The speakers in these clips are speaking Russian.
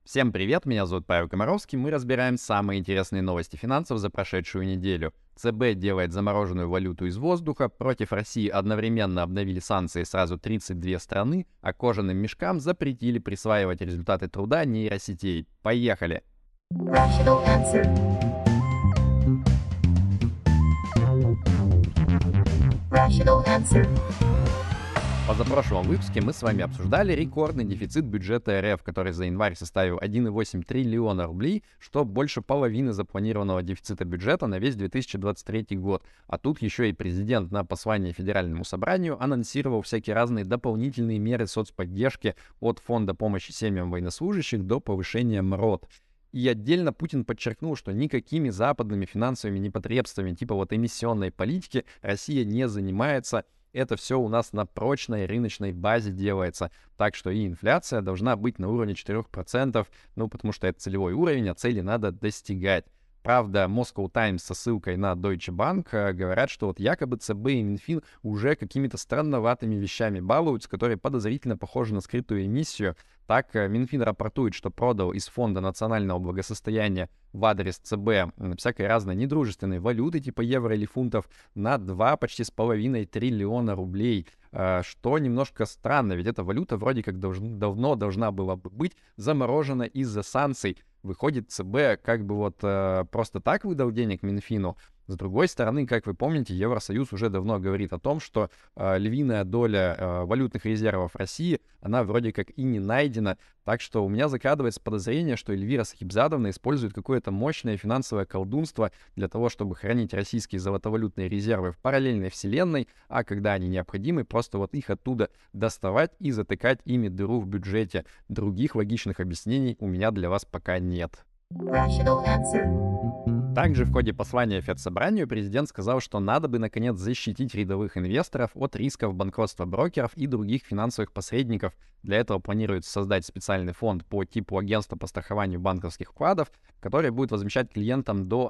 Всем привет, меня зовут Павел Комаровский. Мы разбираем самые интересные новости финансов за прошедшую неделю. ЦБ делает замороженную валюту из воздуха, против России одновременно обновили санкции сразу 32 страны, а кожаным мешкам запретили присваивать результаты труда нейросетей. Поехали! Rational answer. Rational answer. В позапрошлом выпуске мы с вами обсуждали рекордный дефицит бюджета РФ, который за январь составил 1,8 триллиона рублей, что больше половины запланированного дефицита бюджета на весь 2023 год. А тут еще и президент на послании Федеральному собранию анонсировал всякие разные дополнительные меры соцподдержки от Фонда помощи семьям военнослужащих до повышения МРОТ. И отдельно Путин подчеркнул, что никакими западными финансовыми непотребствами типа вот эмиссионной политики Россия не занимается. Это все у нас на прочной рыночной базе делается. Так что и инфляция должна быть на уровне 4%, ну потому что это целевой уровень, а цели надо достигать. Правда, Moscow Times со ссылкой на Deutsche Bank говорят, что вот якобы ЦБ и Минфин уже какими-то странноватыми вещами балуются, которые подозрительно похожи на скрытую эмиссию. Так, Минфин рапортует, что продал из Фонда национального благосостояния в адрес ЦБ всякой разной недружественной валюты типа евро или фунтов на 2 почти с половиной триллиона рублей. Что немножко странно, ведь эта валюта вроде как давно должна была бы быть заморожена из-за санкций. Выходит, ЦБ как бы вот просто так выдал денег Минфину. С другой стороны, как вы помните, Евросоюз уже давно говорит о том, что львиная доля валютных резервов России, она вроде как и не найдена. Так что у меня закрадывается подозрение, что Эльвира Сахибзадовна использует какое-то мощное финансовое колдунство для того, чтобы хранить российские золотовалютные резервы в параллельной вселенной, а когда они необходимы, просто вот их оттуда доставать и затыкать ими дыру в бюджете. Других логичных объяснений у меня для вас пока нет. Rational answer. Также в ходе послания Федсобранию президент сказал, что надо бы наконец защитить рядовых инвесторов от рисков банкротства брокеров и других финансовых посредников. Для этого планируется создать специальный фонд по типу агентства по страхованию банковских вкладов, который будет возмещать клиентам до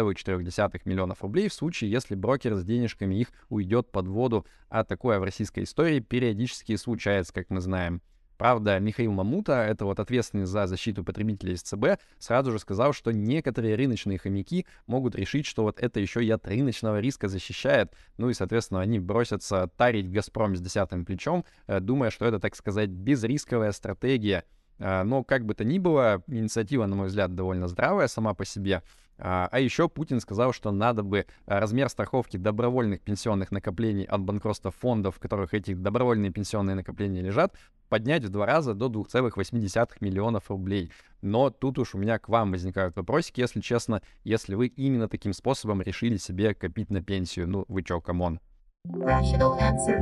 1,4 миллионов рублей в случае, если брокер с денежками их уйдет под воду. А такое в российской истории периодически случается, как мы знаем. Правда, Михаил Мамута, это вот ответственный за защиту потребителей из ЦБ, сразу же сказал, что некоторые рыночные хомяки могут решить, что вот это еще и от рыночного риска защищает, ну и, соответственно, они бросятся тарить «Газпром» с десятым плечом, думая, что это, так сказать, безрисковая стратегия. Но как бы то ни было, инициатива, на мой взгляд, довольно здравая сама по себе. А еще Путин сказал, что надо бы размер страховки добровольных пенсионных накоплений от банкротства фондов, в которых эти добровольные пенсионные накопления лежат, поднять в 2 раза до 2,8 миллионов рублей. Но тут уж у меня к вам возникают вопросики, если честно, если вы именно таким способом решили себе копить на пенсию. Ну, вы чё, камон. Rational answer.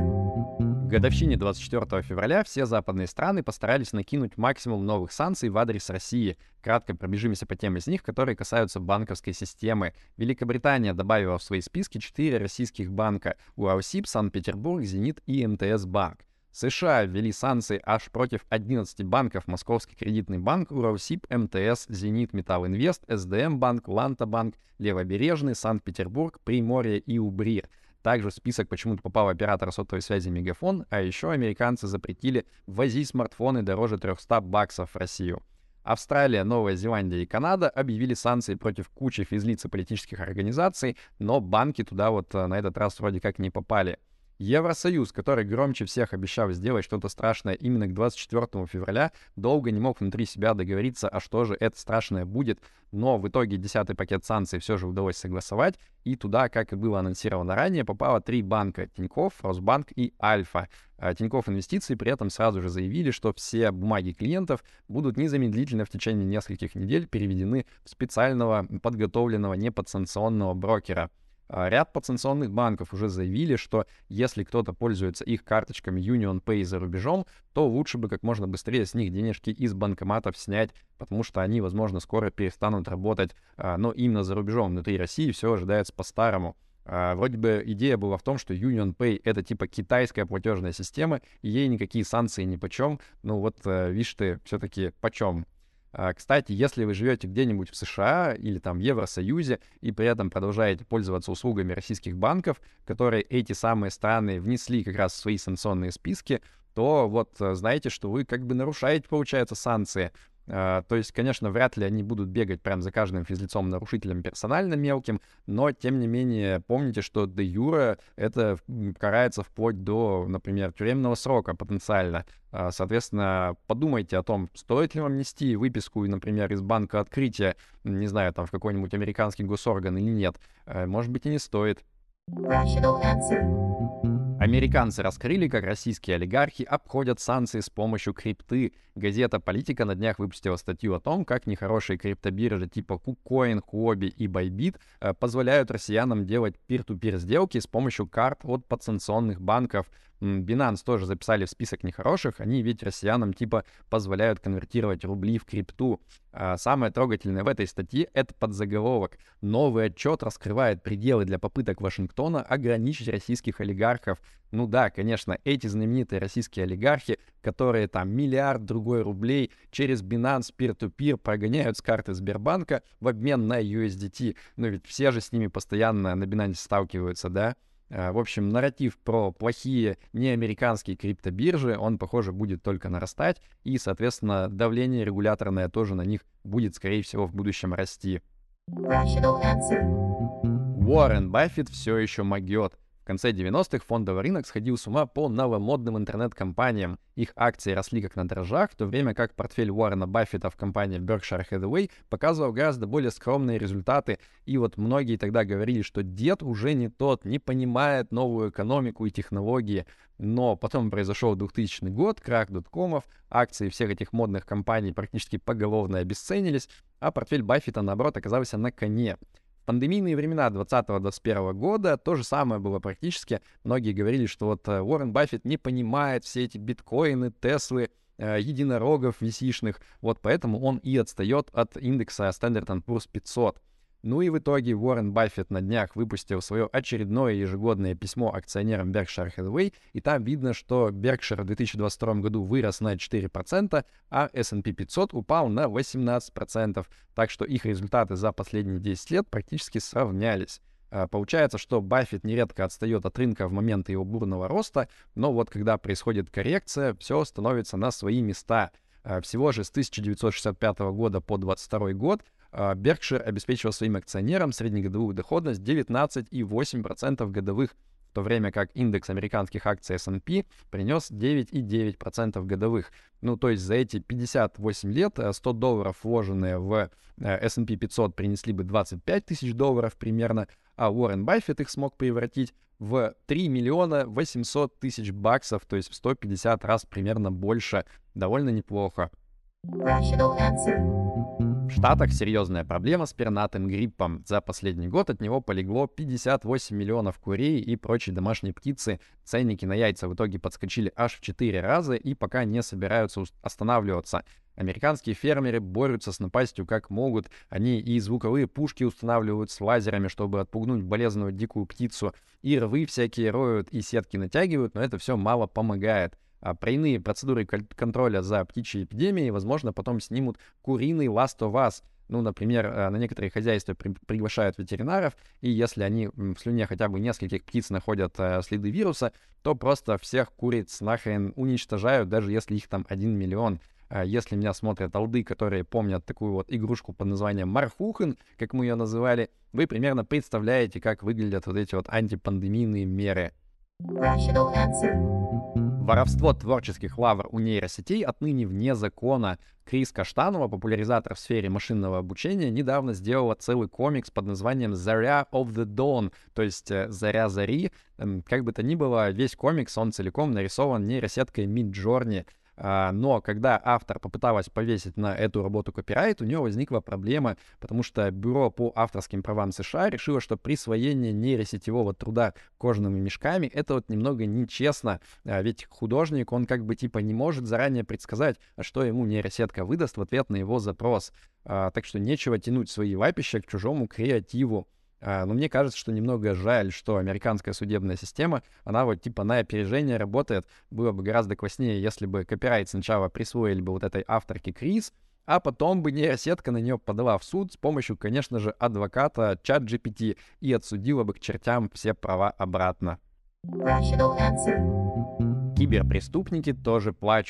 К годовщине 24 февраля все западные страны постарались накинуть максимум новых санкций в адрес России. Кратко пробежимся по тем из них, которые касаются банковской системы. Великобритания добавила в свои списки 4 российских банка: Уралсиб, Санкт-Петербург, Зенит и МТС Банк. США ввели санкции аж против 11 банков: Московский кредитный банк, Уралсиб, МТС, Зенит, Металлинвест, СДМ банк, Ланта банк, Левобережный, Санкт-Петербург, Приморье и Убрир. Также в список почему-то попал оператор сотовой связи Мегафон, а еще американцы запретили ввозить смартфоны дороже $300 в Россию. Австралия, Новая Зеландия и Канада объявили санкции против кучи физлиц и политических организаций, но банки туда вот на этот раз вроде как не попали. Евросоюз, который громче всех обещал сделать что-то страшное именно к 24 февраля, долго не мог внутри себя договориться, а что же это страшное будет, но в итоге 10-й пакет санкций все же удалось согласовать, и туда, как и было анонсировано ранее, попало 3 банка: Тинькофф, Росбанк и Альфа. Тинькофф Инвестиции при этом сразу же заявили, что все бумаги клиентов будут незамедлительно в течение нескольких недель переведены в специального подготовленного неподсанкционного брокера. Ряд подсанкционных банков уже заявили, что если кто-то пользуется их карточками UnionPay за рубежом, то лучше бы как можно быстрее с них денежки из банкоматов снять, потому что они, возможно, скоро перестанут работать, но именно за рубежом. Внутри России все ожидается по-старому. Вроде бы идея была в том, что UnionPay — это типа китайская платежная система, и ей никакие санкции нипочем. Ну вот, видишь ты, все-таки почем. Кстати, если вы живете где-нибудь в США или там в Евросоюзе и при этом продолжаете пользоваться услугами российских банков, которые эти самые страны внесли как раз в свои санкционные списки, то вот знаете, что вы как бы нарушаете, получается, санкции. То есть, конечно, вряд ли они будут бегать прям за каждым физлицом-нарушителем персонально мелким, но, тем не менее, помните, что де юре это карается вплоть до, например, тюремного срока потенциально. Соответственно, подумайте о том, стоит ли вам нести выписку, например, из банка открытия, не знаю, там в какой-нибудь американский госорган или нет. Может быть, и не стоит. Rational answer. Американцы раскрыли, как российские олигархи обходят санкции с помощью крипты. Газета «Политика» на днях выпустила статью о том, как нехорошие криптобиржи типа KuCoin, Huobi и Bybit позволяют россиянам делать пир-ту-пир сделки с помощью карт от подсанкционных банков. Binance тоже записали в список нехороших, они ведь россиянам типа позволяют конвертировать рубли в крипту. Самое трогательное в этой статье — это подзаголовок. Новый отчет раскрывает пределы для попыток Вашингтона ограничить российских олигархов. Ну да, конечно, эти знаменитые российские олигархи, которые там миллиард другой рублей через Binance Peer-to-Peer прогоняют с карты Сбербанка в обмен на USDT. Но ведь все же с ними постоянно на Binance сталкиваются, да? В общем, нарратив про плохие неамериканские криптобиржи, он, похоже, будет только нарастать, и, соответственно, давление регуляторное тоже на них будет, скорее всего, в будущем расти. Rational answer. Уоррен Баффет все еще могет. В конце 90-х фондовый рынок сходил с ума по новомодным интернет-компаниям. Их акции росли как на дрожжах, в то время как портфель Уоррена Баффета в компании Berkshire Hathaway показывал гораздо более скромные результаты. И вот многие тогда говорили, что дед уже не тот, не понимает новую экономику и технологии. Но потом произошел 2000 год, крах доткомов, акции всех этих модных компаний практически поголовно обесценились, а портфель Баффета, наоборот, оказался на коне. В пандемийные времена 2020-2021 года то же самое было практически. Многие говорили, что вот Уоррен Баффет не понимает все эти биткоины, Теслы, единорогов VC-шных, вот поэтому он и отстает от индекса Standard & Poor's 500. Ну и в итоге Уоррен Баффет на днях выпустил свое очередное ежегодное письмо акционерам Berkshire Hathaway, и там видно, что Berkshire в 2022 году вырос на 4%, а S&P 500 упал на 18%, так что их результаты за последние 10 лет практически сравнялись. Получается, что Баффет нередко отстает от рынка в моменты его бурного роста, но вот когда происходит коррекция, все становится на свои места. Всего же с 1965 года по 2022 год Berkshire обеспечивал своим акционерам среднегодовую доходность 19,8% годовых, в то время как индекс американских акций S&P принес 9,9% годовых. Ну, то есть за эти 58 лет $100, вложенные в S&P 500, принесли бы 25 тысяч долларов примерно, а Уоррен Баффет их смог превратить в 3 миллиона 800 тысяч баксов, то есть в 150 раз примерно больше. Довольно неплохо. Rational answer. В Штатах серьезная проблема с пернатым гриппом. За последний год от него полегло 58 миллионов курей и прочей домашней птицы. Ценники на яйца в итоге подскочили аж в 4 раза и пока не собираются останавливаться. Американские фермеры борются с напастью как могут. Они и звуковые пушки устанавливают с лазерами, чтобы отпугнуть болезненную дикую птицу. И рвы всякие роют, и сетки натягивают, но это все мало помогает. А тройные процедуры контроля за птичьей эпидемией, возможно, потом снимут куриный Last of Us. Ну, например, на некоторые хозяйства приглашают ветеринаров, и если они в слюне хотя бы нескольких птиц находят следы вируса, то просто всех куриц нахрен уничтожают, даже если их там 1 миллион. Если меня смотрят олды, которые помнят такую вот игрушку под названием Марфухен, как мы ее называли, вы примерно представляете, как выглядят вот эти вот антипандемийные меры. Rational answer. Воровство творческих лавр у нейросетей отныне вне закона. Крис Каштанова, популяризатор в сфере машинного обучения, недавно сделала целый комикс под названием «Заря of the Dawn», то есть «Заря зари». Как бы то ни было, весь комикс, он целиком нарисован нейросеткой Midjourney. Но когда автор попыталась повесить на эту работу копирайт, у нее возникла проблема, потому что Бюро по авторским правам США решило, что присвоение нейросетевого труда кожаными мешками — это вот немного нечестно, ведь художник, он как бы типа не может заранее предсказать, что ему нейросетка выдаст в ответ на его запрос. Так что нечего тянуть свои лапища к чужому креативу. Но мне кажется, что немного жаль, что американская судебная система, она вот типа на опережение работает. Было бы гораздо класснее, если бы копирайт сначала присвоили бы вот этой авторке Крис, а потом бы нейросетка на нее подала в суд с помощью, конечно же, адвоката ChatGPT и отсудила бы к чертям все права обратно. Rational answer. Киберпреступники тоже плачут.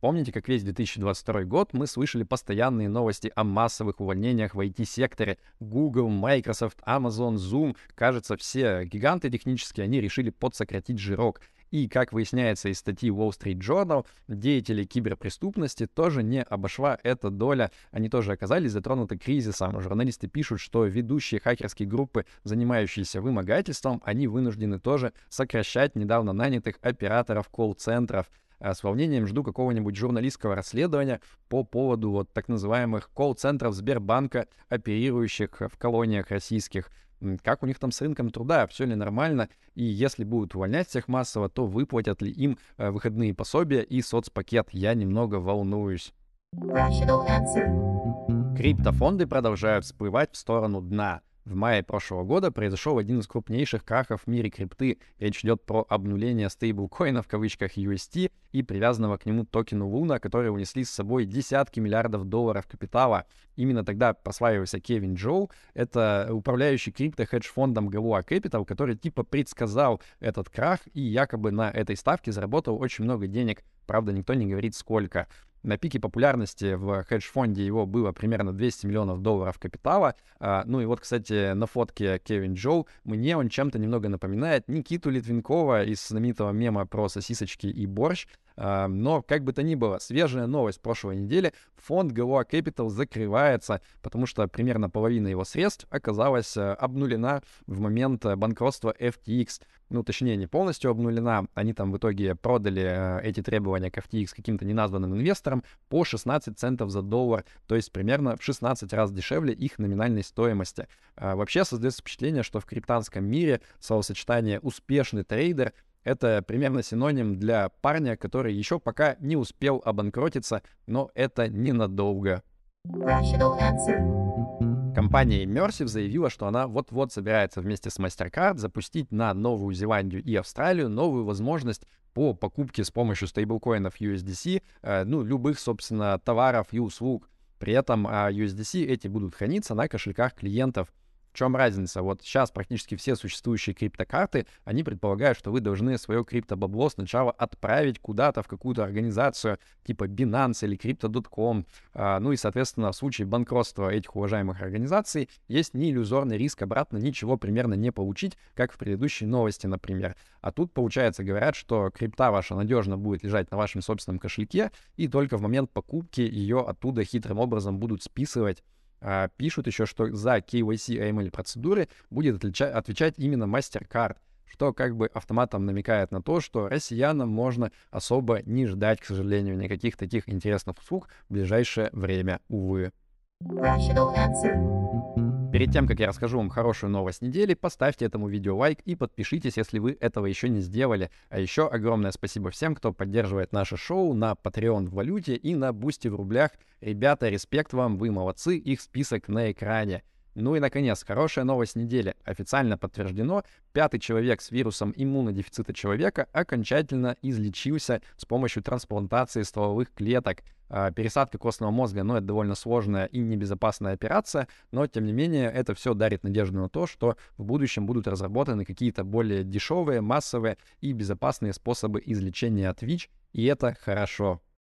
Помните, как весь 2022 год мы слышали постоянные новости о массовых увольнениях в IT-секторе? Google, Microsoft, Amazon, Zoom. Кажется, все гиганты технические, они решили подсократить жирок. И, как выясняется из статьи Wall Street Journal, деятелей киберпреступности тоже не обошла эта доля. Они тоже оказались затронуты кризисом. Журналисты пишут, что ведущие хакерские группы, занимающиеся вымогательством, они вынуждены тоже сокращать недавно нанятых операторов колл-центров. С волнением жду какого-нибудь журналистского расследования по поводу вот так называемых колл-центров Сбербанка, оперирующих в колониях российских. Как у них там с рынком труда, все ли нормально, и если будут увольнять всех массово, то выплатят ли им выходные пособия и соцпакет. Я немного волнуюсь. Rational answer. Криптофонды продолжают всплывать в сторону дна. В мае прошлого года произошел один из крупнейших крахов в мире крипты. Речь идет про обнуление стейблкоина в кавычках UST и привязанного к нему токену Luna, которые унесли с собой десятки миллиардов долларов капитала. Именно тогда прославился Кевин Джоу, это управляющий крипто-хедж-фондом Galois Capital, который типа предсказал этот крах и якобы на этой ставке заработал очень много денег. Правда, никто не говорит сколько. На пике популярности в хедж-фонде его было примерно 200 миллионов долларов капитала. Ну и вот, кстати, на фотке Кевин Джоу, мне он чем-то немного напоминает Никиту Литвинкова из знаменитого мема про сосисочки и борщ. Но, как бы то ни было, свежая новость прошлой недели. Фонд Galois Capital закрывается, потому что примерно половина его средств оказалась обнулена в момент банкротства FTX. Ну, точнее, не полностью обнулена. Они там в итоге продали эти требования к FTX каким-то неназванным инвесторам по 16 центов за доллар, то есть примерно в 16 раз дешевле их номинальной стоимости. Вообще создается впечатление, что в криптанском мире словосочетание «успешный трейдер» — это примерно синоним для парня, который еще пока не успел обанкротиться, но это ненадолго. Rational answer. Компания Immersive заявила, что она вот-вот собирается вместе с MasterCard запустить на Новую Зеландию и Австралию новую возможность по покупке с помощью стейблкоинов USDC, любых, собственно, товаров и услуг. При этом USDC эти будут храниться на кошельках клиентов. В чем разница? Вот сейчас практически все существующие криптокарты, они предполагают, что вы должны свое криптобабло сначала отправить куда-то в какую-то организацию типа Binance или Crypto.com. Ну и, соответственно, в случае банкротства этих уважаемых организаций есть неиллюзорный риск обратно ничего примерно не получить, как в предыдущей новости, например. А тут, получается, говорят, что крипта ваша надежно будет лежать на вашем собственном кошельке, и только в момент покупки ее оттуда хитрым образом будут списывать. Пишут еще, что за KYC AML процедуры будет отвечать именно MasterCard, что как бы автоматом намекает на то, что россиянам можно особо не ждать, к сожалению, никаких таких интересных услуг в ближайшее время, увы. Rational answer. Перед тем, как я расскажу вам хорошую новость недели, поставьте этому видео лайк и подпишитесь, если вы этого еще не сделали. А еще огромное спасибо всем, кто поддерживает наше шоу на Patreon в валюте и на Бусти в рублях. Ребята, респект вам, вы молодцы, их список на экране. Ну и, наконец, хорошая новость недели. Официально подтверждено, 5-й человек с вирусом иммунодефицита человека окончательно излечился с помощью трансплантации стволовых клеток. Пересадка костного мозга, это довольно сложная и небезопасная операция, но, тем не менее, это все дарит надежду на то, что в будущем будут разработаны какие-то более дешевые, массовые и безопасные способы излечения от ВИЧ, и это хорошо.